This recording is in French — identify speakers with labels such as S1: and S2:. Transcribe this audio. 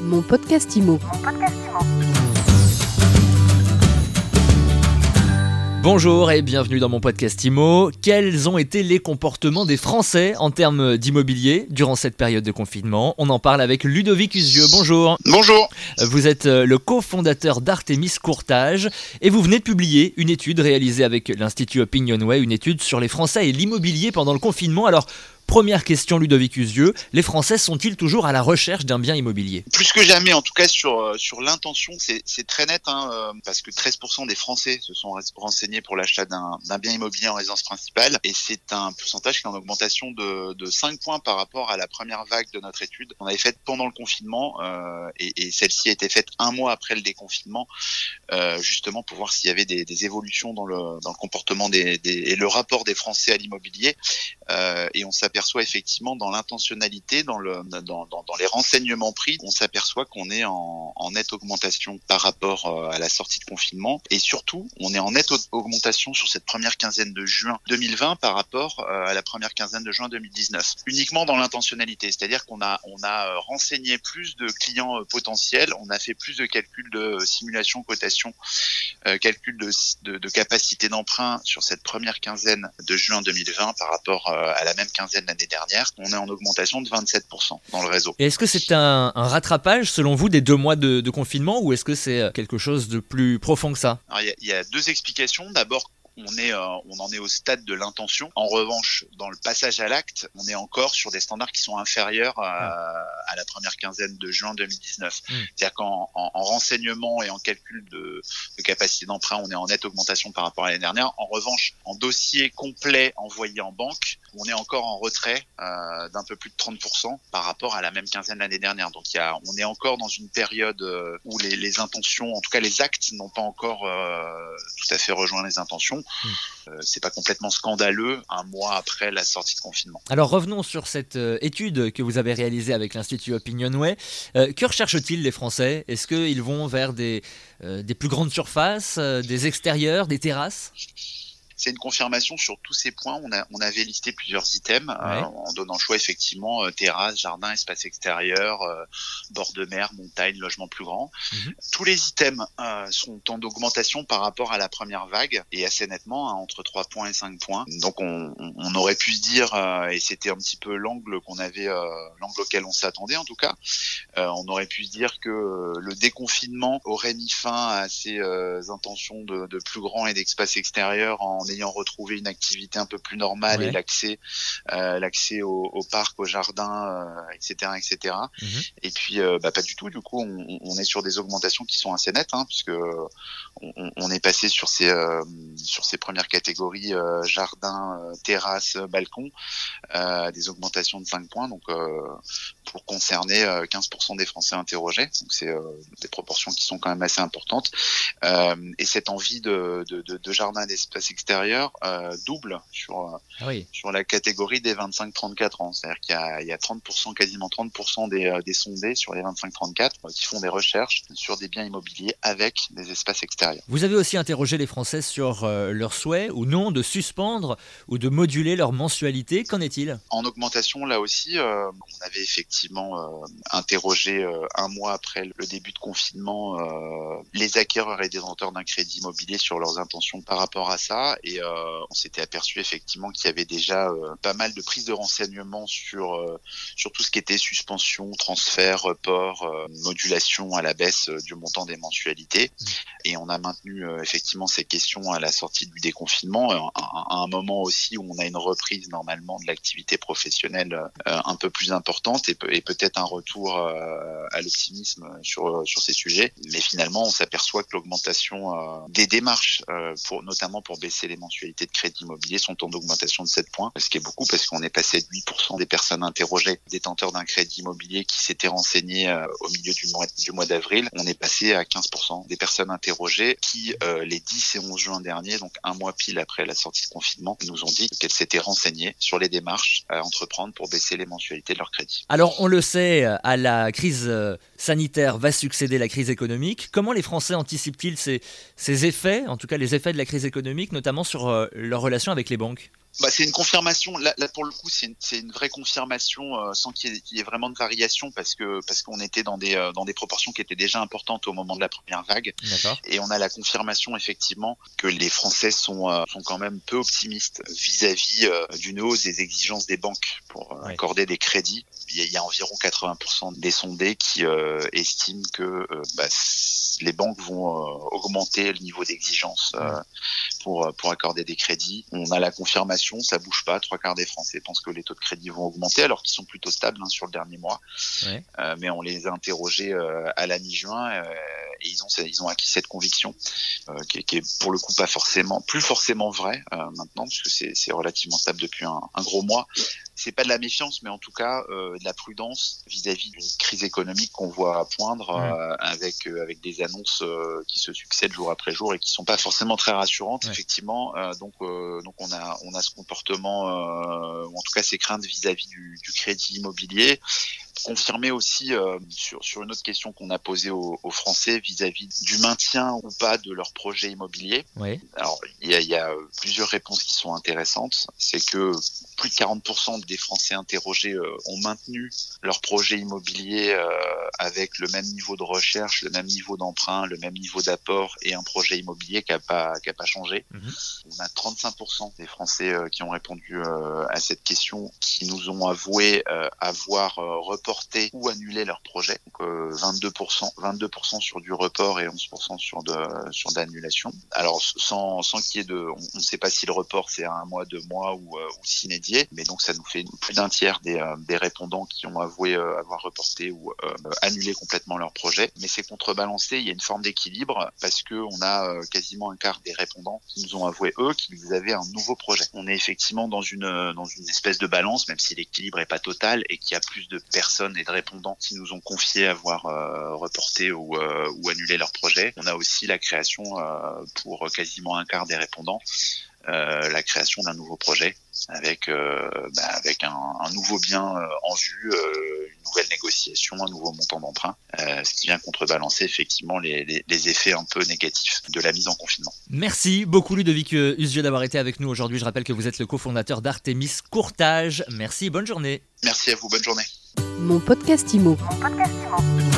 S1: Mon podcast IMO.
S2: Bonjour et bienvenue dans mon podcast IMO. Quels ont été les comportements des Français en termes d'immobilier durant cette période de confinement? On en parle avec Ludovic Usieux. Bonjour.
S3: Bonjour.
S2: Vous êtes le cofondateur d'Artemis Courtage et vous venez de publier une étude réalisée avec l'Institut Opinionway, une étude sur les Français et l'immobilier pendant le confinement. Alors, première question, Ludovic Usieux, les Français sont-ils toujours à la recherche d'un bien immobilier?
S3: Plus que jamais, en tout cas sur l'intention, c'est très net, parce que 13% des Français se sont renseignés pour l'achat d'un bien immobilier en résidence principale, et c'est un pourcentage qui est en augmentation de 5 points par rapport à la première vague de notre étude qu'on avait faite pendant le confinement, et celle-ci a été faite un mois après le déconfinement, justement pour voir s'il y avait des évolutions dans le comportement et le rapport des Français à l'immobilier, et on s'aperçoit effectivement dans l'intentionnalité, dans les renseignements pris, on s'aperçoit qu'on est en nette augmentation par rapport à la sortie de confinement, et surtout on est en nette augmentation sur cette première quinzaine de juin 2020 par rapport à la première quinzaine de juin 2019. Uniquement dans l'intentionnalité, c'est-à-dire qu'on a renseigné plus de clients potentiels, on a fait plus de calculs de simulation cotation, calcul de capacité d'emprunt sur cette première quinzaine de juin 2020 par rapport à la même quinzaine l'année dernière. On est en augmentation de 27% dans le réseau.
S2: Et est-ce que c'est un rattrapage selon vous des 2 mois de confinement, ou est-ce que c'est quelque chose de plus profond que ça?
S3: Alors, il y a deux explications. D'abord, on en est au stade de l'intention. En revanche, dans le passage à l'acte, on est encore sur des standards qui sont inférieurs à la première quinzaine de juin 2019. C'est-à-dire qu'en renseignement et en calcul de capacité d'emprunt, on est en nette augmentation par rapport à l'année dernière. En revanche, en dossier complet envoyé en banque, on est encore en retrait d'un peu plus de 30% par rapport à la même quinzaine l'année dernière. Donc on est encore dans une période où les intentions, en tout cas les actes, n'ont pas encore tout à fait rejoint les intentions. C'est pas complètement scandaleux un mois après la sortie de confinement.
S2: Alors revenons sur cette étude que vous avez réalisée avec l'Institut Opinionway. Que recherchent-ils les Français? Est-ce qu'ils vont vers des plus grandes surfaces, des extérieurs, des terrasses?
S3: C'est une confirmation sur tous ces points. On avait listé plusieurs items, en donnant le choix effectivement terrasse, jardin, espace extérieur, bord de mer, montagne, logement plus grand. Tous les items sont en augmentation par rapport à la première vague, et assez nettement, entre 3 points et 5 points. Donc on aurait pu se dire, et c'était un petit peu l'angle auquel on s'attendait en tout cas, on aurait pu se dire que le déconfinement aurait mis fin à ces intentions de plus grand et d'espace extérieur en ayant retrouvé une activité un peu plus normale, et l'accès au parc, au jardin, etc. Et puis pas du tout. Du coup, on est sur des augmentations qui sont assez nettes, puisque on est passé sur ces premières catégories jardin, terrasse, balcon, des augmentations de 5 points. Donc pour concerner 15% des Français interrogés. Donc c'est des proportions qui sont quand même assez importantes. Et cette envie de jardin, d'espace extérieur double sur la catégorie des 25-34 ans. C'est-à-dire qu'il y a 30%, quasiment 30% des sondés sur les 25-34 qui font des recherches sur des biens immobiliers avec des espaces extérieurs.
S2: Vous avez aussi interrogé les Français sur leur souhait ou non de suspendre ou de moduler leur mensualité. Qu'en est-il?
S3: En augmentation, là aussi, on avait effectivement interrogé un mois après le début de confinement les acquéreurs et détenteurs d'un crédit immobilier sur leurs intentions par rapport à ça. Et on s'était aperçu effectivement qu'il y avait déjà pas mal de prises de renseignements sur tout ce qui était suspension, transfert, report, modulation à la baisse du montant des mensualités. Et on a maintenu effectivement ces questions à la sortie du déconfinement, à un moment aussi où on a une reprise normalement de l'activité professionnelle un peu plus importante, et peut-être un retour à l'optimisme sur ces sujets. Mais finalement, on s'aperçoit que l'augmentation des démarches, notamment pour baisser les mensualités de crédit immobilier, sont en augmentation de 7 points, ce qui est beaucoup parce qu'on est passé de 8% des personnes interrogées, détenteurs d'un crédit immobilier qui s'étaient renseignées au milieu du mois d'avril. On est passé à 15% des personnes interrogées qui, les 10 et 11 juin dernier, donc un mois pile après la sortie de confinement, nous ont dit qu'elles s'étaient renseignées sur les démarches à entreprendre pour baisser les mensualités de leur crédit.
S2: Alors on le sait, à la crise sanitaire va succéder la crise économique. Comment les Français anticipent-ils ces effets, en tout cas les effets de la crise économique, notamment sur leur relation avec les banques ?
S3: C'est une confirmation. Là pour le coup, c'est une vraie confirmation sans qu'il y ait vraiment de variation parce qu'on était dans des proportions qui étaient déjà importantes au moment de la première vague.
S2: D'accord.
S3: Et on a la confirmation effectivement que les Français sont quand même peu optimistes vis-à-vis d'une hausse des exigences des banques pour accorder des crédits. Il y a environ 80% des sondés qui estiment que les banques vont augmenter le niveau d'exigence pour accorder des crédits. On a la confirmation, ça bouge pas. 3/4 des Français pensent que les taux de crédit vont augmenter, alors qu'ils sont plutôt stables sur le dernier mois. Mais on les a interrogés à la mi-juin et ils ont acquis cette conviction qui est pour le coup plus forcément vraie maintenant, parce que c'est relativement stable depuis un gros mois. C'est pas de la méfiance, mais en tout cas de la prudence vis-à-vis d'une crise économique qu'on voit poindre avec des annonces qui se succèdent jour après jour et qui sont pas forcément très rassurantes. Effectivement, donc on a ce comportement ou en tout cas ces craintes vis-à-vis du crédit immobilier. Confirmé aussi sur une autre question qu'on a posée aux Français vis-à-vis du maintien ou pas de leur projet immobilier. Alors il y a plusieurs réponses qui sont intéressantes. C'est que plus de 40% des Français interrogés ont maintenu leur projet immobilier avec le même niveau de recherche, le même niveau d'emprunt, le même niveau d'apport et un projet immobilier qui a pas changé. On a 35% des Français qui ont répondu à cette question qui nous ont avoué avoir reporté ou annulé leur projet. Donc 22% sur du report et 11% sur d'annulation. Alors sans qu'il y ait on ne sait pas si le report c'est à 1 mois, 2 mois ou s'inédier, mais donc ça nous fait plus d'un tiers des répondants qui ont avoué avoir reporté ou annulé complètement leur projet. Mais c'est contrebalancé, il y a une forme d'équilibre parce que on a quasiment un quart des répondants qui nous ont avoué eux qu'ils avaient un nouveau projet. On est effectivement dans une espèce de balance, même si l'équilibre est pas total et qu'il y a plus de personnes et de répondants qui nous ont confié avoir reporté ou annulé leur projet. On a aussi la création pour quasiment un quart des répondants la création d'un nouveau projet avec un nouveau bien en vue, une nouvelle négociation, un nouveau montant d'emprunt, ce qui vient contrebalancer effectivement les effets un peu négatifs de la mise en confinement.
S2: Merci beaucoup Ludovic Uszieu d'avoir été avec nous aujourd'hui. Je rappelle que vous êtes le cofondateur d'Artémis Courtage. Merci, bonne journée.
S3: Merci à vous, bonne journée.
S1: Mon podcast IMO.